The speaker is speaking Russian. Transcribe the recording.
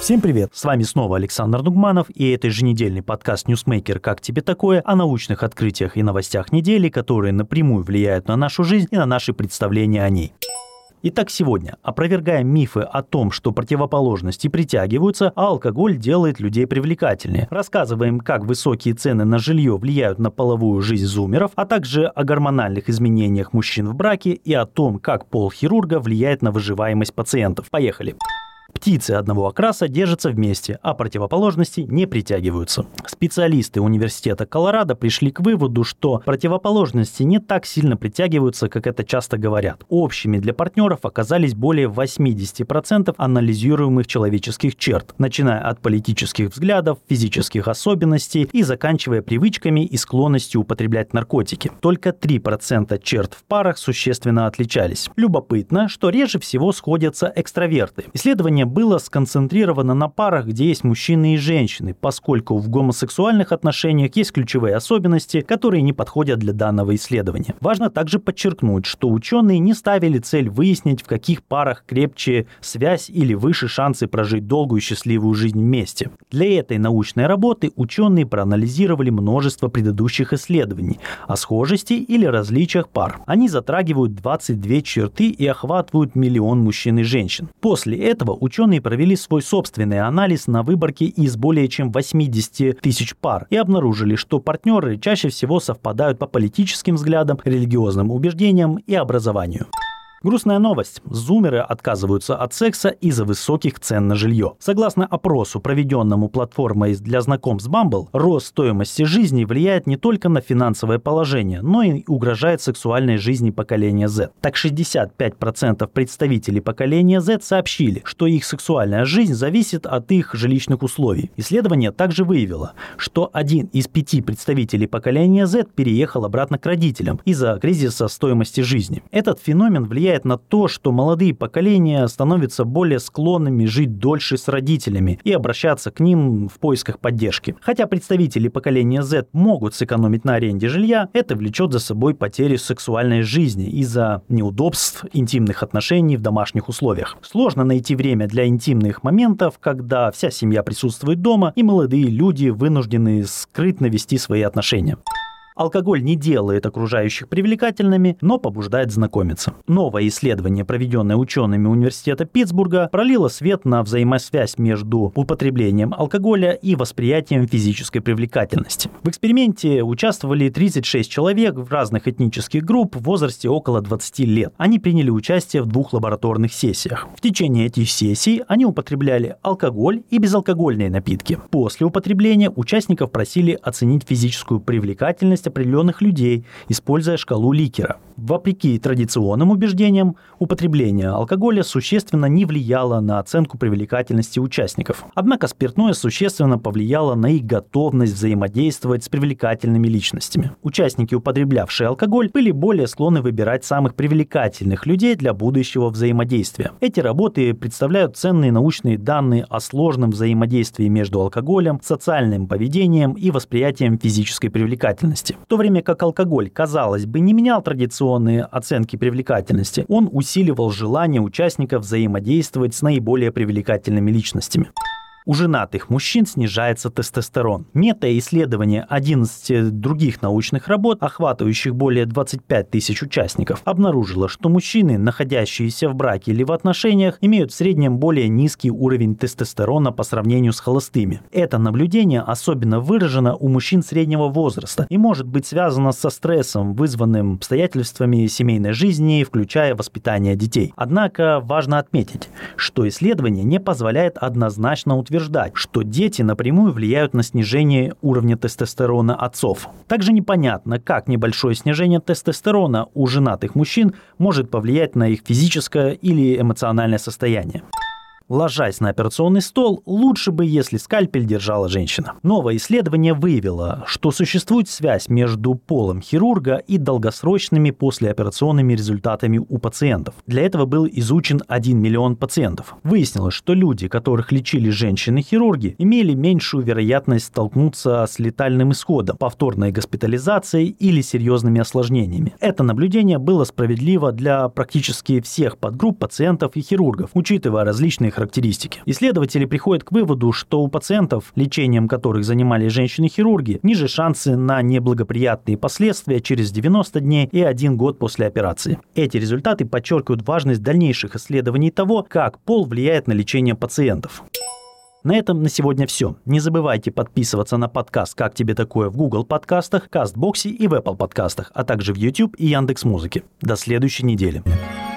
Всем привет! С вами снова Александр Нугманов, и это еженедельный подкаст «Ньюсмейкер. Как тебе такое?» о научных открытиях и новостях недели, которые напрямую влияют на нашу жизнь и на наши представления о ней. Итак, сегодня опровергаем мифы о том, что противоположности притягиваются, а алкоголь делает людей привлекательнее. Рассказываем, как высокие цены на жилье влияют на половую жизнь зумеров, а также о гормональных изменениях мужчин в браке и о том, как пол хирурга влияет на выживаемость пациентов. Поехали! Птицы одного окраса держатся вместе, а противоположности не притягиваются. Специалисты Университета Колорадо пришли к выводу, что противоположности не так сильно притягиваются, как это часто говорят. Общими для партнеров оказались более 80% анализируемых человеческих черт, начиная от политических взглядов, физических особенностей и заканчивая привычками и склонностью употреблять наркотики. Только 3% черт в парах существенно отличались. Любопытно, что реже всего сходятся экстраверты. Исследование было сконцентрировано на парах, где есть мужчины и женщины, поскольку в гомосексуальных отношениях есть ключевые особенности, которые не подходят для данного исследования. Важно также подчеркнуть, что ученые не ставили цель выяснить, в каких парах крепче связь или выше шансы прожить долгую и счастливую жизнь вместе. Для этой научной работы ученые проанализировали множество предыдущих исследований о схожести или различиях пар. Они затрагивают 22 черты и охватывают 1 миллион мужчин и женщин. После этого ученые провели свой собственный анализ на выборке из более чем 80 тысяч пар и обнаружили, что партнеры чаще всего совпадают по политическим взглядам, религиозным убеждениям и образованию. Грустная новость. Зумеры отказываются от секса из-за высоких цен на жилье. Согласно опросу, проведенному платформой для знакомств Bumble, рост стоимости жизни влияет не только на финансовое положение, но и угрожает сексуальной жизни поколения Z. Так 65% представителей поколения Z сообщили, что их сексуальная жизнь зависит от их жилищных условий. Исследование также выявило, что 1 из 5 представителей поколения Z переехал обратно к родителям из-за кризиса стоимости жизни. Этот феномен влияет на то, что молодые поколения становятся более склонными жить дольше с родителями и обращаться к ним в поисках поддержки. Хотя представители поколения Z могут сэкономить на аренде жилья, это влечет за собой потерю сексуальной жизни из-за неудобств интимных отношений в домашних условиях. Сложно найти время для интимных моментов, когда вся семья присутствует дома и молодые люди вынуждены скрытно вести свои отношения. Алкоголь не делает окружающих привлекательными, но побуждает знакомиться. Новое исследование, проведенное учеными Университета Питтсбурга, пролило свет на взаимосвязь между употреблением алкоголя и восприятием физической привлекательности. В эксперименте участвовали 36 человек в разных этнических групп в возрасте около 20 лет. Они приняли участие в 2 лабораторных сессиях. В течение этих сессий они употребляли алкоголь и безалкогольные напитки. После употребления участников просили оценить физическую привлекательность определенных людей, используя шкалу Ликера. Вопреки традиционным убеждениям, употребление алкоголя существенно не влияло на оценку привлекательности участников. Однако спиртное существенно повлияло на их готовность взаимодействовать с привлекательными личностями. Участники, употреблявшие алкоголь, были более склонны выбирать самых привлекательных людей для будущего взаимодействия. Эти работы представляют ценные научные данные о сложном взаимодействии между алкоголем, социальным поведением и восприятием физической привлекательности. В то время как алкоголь, казалось бы, не менял традиционные оценки привлекательности, он усиливал желание участников взаимодействовать с наиболее привлекательными личностями. У женатых мужчин снижается тестостерон. Мета-исследование 11 других научных работ, охватывающих более 25 тысяч участников, обнаружило, что мужчины, находящиеся в браке или в отношениях, имеют в среднем более низкий уровень тестостерона по сравнению с холостыми. Это наблюдение особенно выражено у мужчин среднего возраста и может быть связано со стрессом, вызванным обстоятельствами семейной жизни, включая воспитание детей. Однако важно отметить, что исследование не позволяет однозначно утверждать, что дети напрямую влияют на снижение уровня тестостерона отцов. Также непонятно, как небольшое снижение тестостерона у женатых мужчин может повлиять на их физическое или эмоциональное состояние. Ложась на операционный стол, лучше бы, если скальпель держала женщина. Новое исследование выявило, что существует связь между полом хирурга и долгосрочными послеоперационными результатами у пациентов. Для этого был изучен 1 миллион пациентов. Выяснилось, что люди, которых лечили женщины-хирурги, имели меньшую вероятность столкнуться с летальным исходом, повторной госпитализацией или серьезными осложнениями. Это наблюдение было справедливо для практически всех подгрупп пациентов и хирургов, учитывая различные характеристики характеристики. Исследователи приходят к выводу, что у пациентов, лечением которых занимались женщины-хирурги, ниже шансы на неблагоприятные последствия через 90 дней и 1 год после операции. Эти результаты подчеркивают важность дальнейших исследований того, как пол влияет на лечение пациентов. На этом на сегодня все. Не забывайте подписываться на подкаст «Как тебе такое» в Google подкастах, Кастбоксе и в Apple подкастах, а также в YouTube и Яндекс.Музыке. До следующей недели.